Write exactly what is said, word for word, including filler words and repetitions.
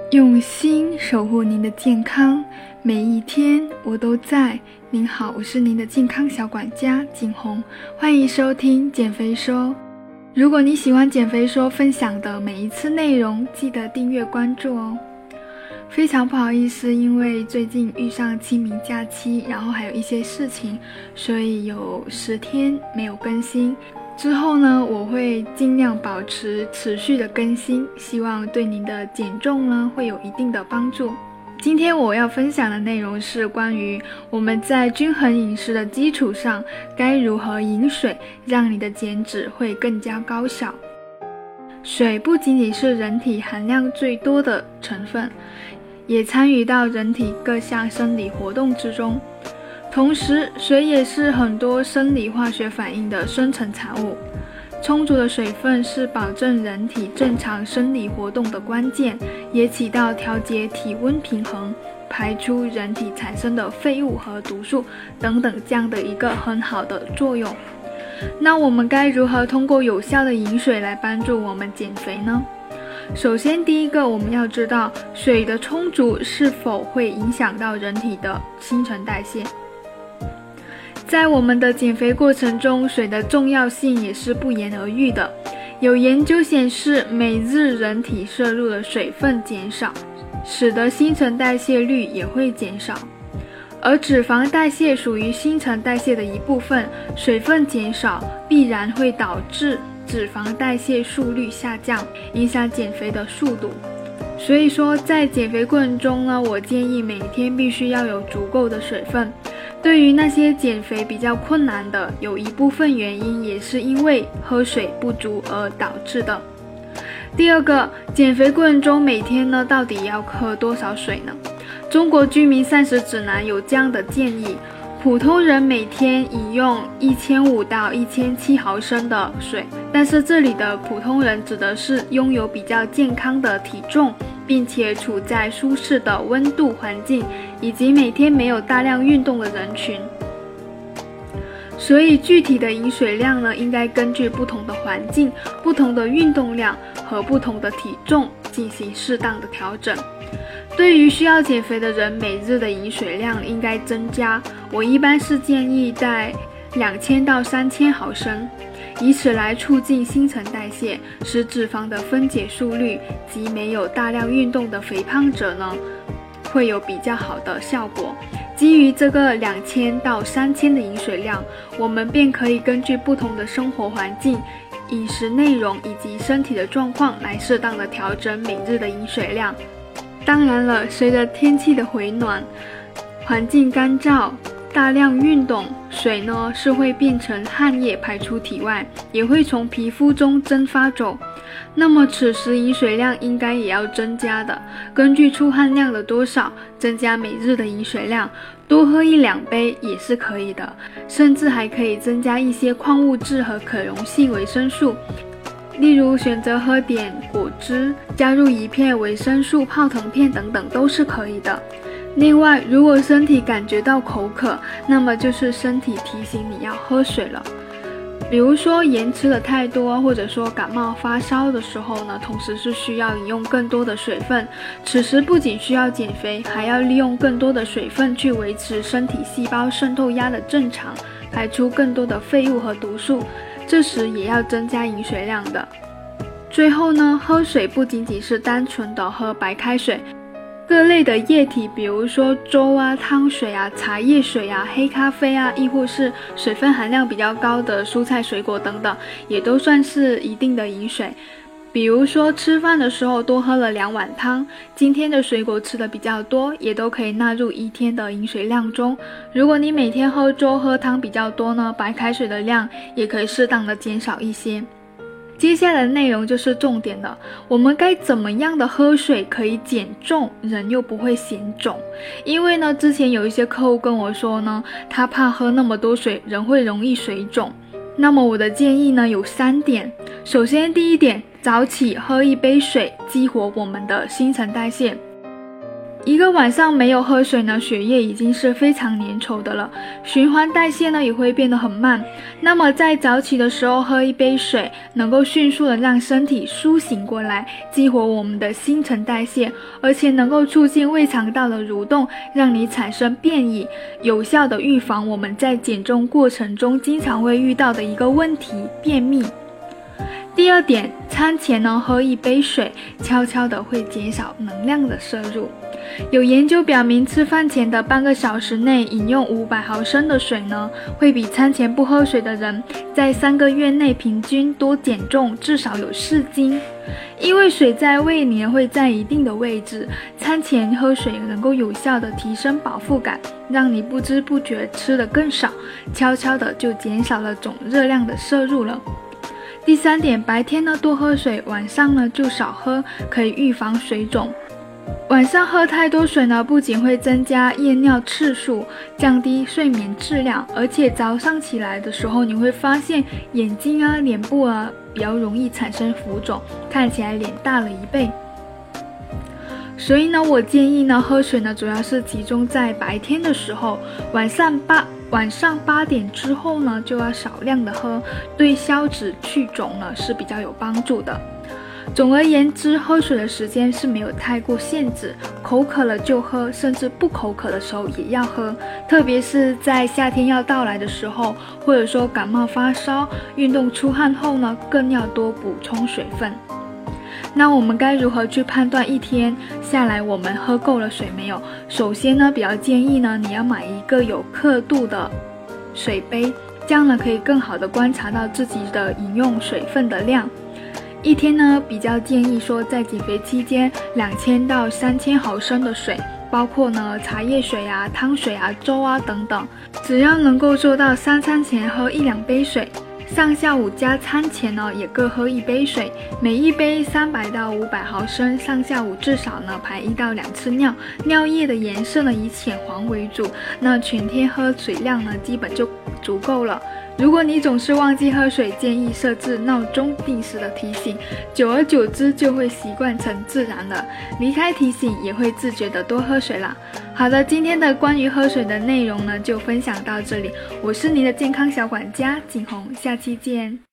用心守护您的健康，每一天我都在。您好，我是您的健康小管家景红，欢迎收听减肥说。如果你喜欢减肥说分享的每一次内容，记得订阅关注哦。非常不好意思，因为最近遇上清明假期，然后还有一些事情，所以有十天没有更新。之后呢，我会尽量保持持续的更新，希望对您的减重呢会有一定的帮助。今天我要分享的内容是关于我们在均衡饮食的基础上，该如何饮水，让你的减脂会更加高效。水不仅仅是人体含量最多的成分，也参与到人体各项生理活动之中。同时，水也是很多生理化学反应的生成产物。充足的水分是保证人体正常生理活动的关键，也起到调节体温平衡、排出人体产生的废物和毒素等等这样的一个很好的作用。那我们该如何通过有效的饮水来帮助我们减肥呢？首先，第一个我们要知道，水的充足是否会影响到人体的新陈代谢。在我们的减肥过程中，水的重要性也是不言而喻的。有研究显示，每日人体摄入的水分减少，使得新陈代谢率也会减少。而脂肪代谢属于新陈代谢的一部分，水分减少必然会导致脂肪代谢速率下降，影响减肥的速度。所以说，在减肥过程中呢，我建议每天必须要有足够的水分。对于那些减肥比较困难的，有一部分原因也是因为喝水不足而导致的。第二个，减肥过程中每天呢，到底要喝多少水呢？中国居民膳食指南有这样的建议，普通人每天饮用一千五到一千七毫升的水，但是这里的普通人指的是拥有比较健康的体重，并且处在舒适的温度环境，以及每天没有大量运动的人群。所以具体的饮水量呢，应该根据不同的环境、不同的运动量和不同的体重进行适当的调整。对于需要减肥的人，每日的饮水量应该增加，我一般是建议在两千到三千毫升，以此来促进新陈代谢，使脂肪的分解速率及没有大量运动的肥胖者呢，会有比较好的效果。基于这个两千到三千的饮水量，我们便可以根据不同的生活环境、饮食内容以及身体的状况来适当的调整每日的饮水量。当然了，随着天气的回暖，环境干燥，大量运动，水呢是会变成汗液排出体外，也会从皮肤中蒸发走。那么此时饮水量应该也要增加的，根据出汗量的多少，增加每日的饮水量，多喝一两杯也是可以的，甚至还可以增加一些矿物质和可溶性维生素。例如选择喝点果汁，加入一片维生素泡腾片等等都是可以的。另外，如果身体感觉到口渴，那么就是身体提醒你要喝水了。比如说盐吃的太多，或者说感冒发烧的时候呢，同时是需要饮用更多的水分。此时不仅需要减肥，还要利用更多的水分去维持身体细胞渗透压的正常，排出更多的废物和毒素。这时也要增加饮水量的。最后呢，喝水不仅仅是单纯的喝白开水，各类的液体，比如说粥啊、汤水啊、茶叶水啊、黑咖啡啊，亦或是水分含量比较高的蔬菜水果等等，也都算是一定的饮水。比如说吃饭的时候多喝了两碗汤，今天的水果吃的比较多，也都可以纳入一天的饮水量中。如果你每天喝粥喝汤比较多呢，白开水的量也可以适当的减少一些。接下来的内容就是重点了，我们该怎么样的喝水可以减重，人又不会显肿？因为呢，之前有一些客户跟我说呢，他怕喝那么多水，人会容易水肿。那么我的建议呢有三点。首先，第一点，早起喝一杯水，激活我们的新陈代谢。 一个晚上没有喝水呢，血液已经是非常粘稠的了，循环代谢呢也会变得很慢。那么在早起的时候喝一杯水，能够迅速的让身体苏醒过来，激活我们的新陈代谢，而且能够促进胃肠道的蠕动，让你产生便意，有效的预防我们在减重过程中经常会遇到的一个问题——便秘。第二点，餐前呢喝一杯水，悄悄的会减少能量的摄入。有研究表明，吃饭前的半个小时内饮用五百毫升的水呢，会比餐前不喝水的人在三个月内平均多减重至少有四斤。因为水在胃里会占一定的位置，餐前喝水能够有效的提升饱腹感，让你不知不觉吃得更少，悄悄的就减少了总热量的摄入了。第三点，白天呢多喝水，晚上呢就少喝，可以预防水肿。晚上喝太多水呢，不仅会增加夜尿次数，降低睡眠质量，而且早上起来的时候，你会发现眼睛啊、脸部啊比较容易产生浮肿，看起来脸大了一倍。所以呢，我建议呢，喝水呢主要是集中在白天的时候，晚上八晚上八点之后呢就要少量的喝，对消脂去肿呢是比较有帮助的。总而言之，喝水的时间是没有太过限制，口渴了就喝，甚至不口渴的时候也要喝，特别是在夏天要到来的时候，或者说感冒发烧、运动出汗后呢，更要多补充水分。那我们该如何去判断一天下来我们喝够了水没有？首先呢，比较建议呢，你要买一个有刻度的水杯，这样呢可以更好的观察到自己的饮用水分的量。一天呢，比较建议说在减肥期间两千到三千毫升的水，包括呢茶叶水啊、汤水啊、粥啊等等，只要能够做到三餐前喝一两杯水。上下午加餐前呢，也各喝一杯水，每一杯三百到五百毫升。上下午至少呢排一到两次尿，尿液的颜色呢以浅黄为主。那全天喝水量呢基本就足够了。如果你总是忘记喝水，建议设置闹钟定时的提醒，久而久之就会习惯成自然了。离开提醒也会自觉的多喝水啦。好的，今天的关于喝水的内容呢就分享到这里，我是你的健康小管家景红，下期见。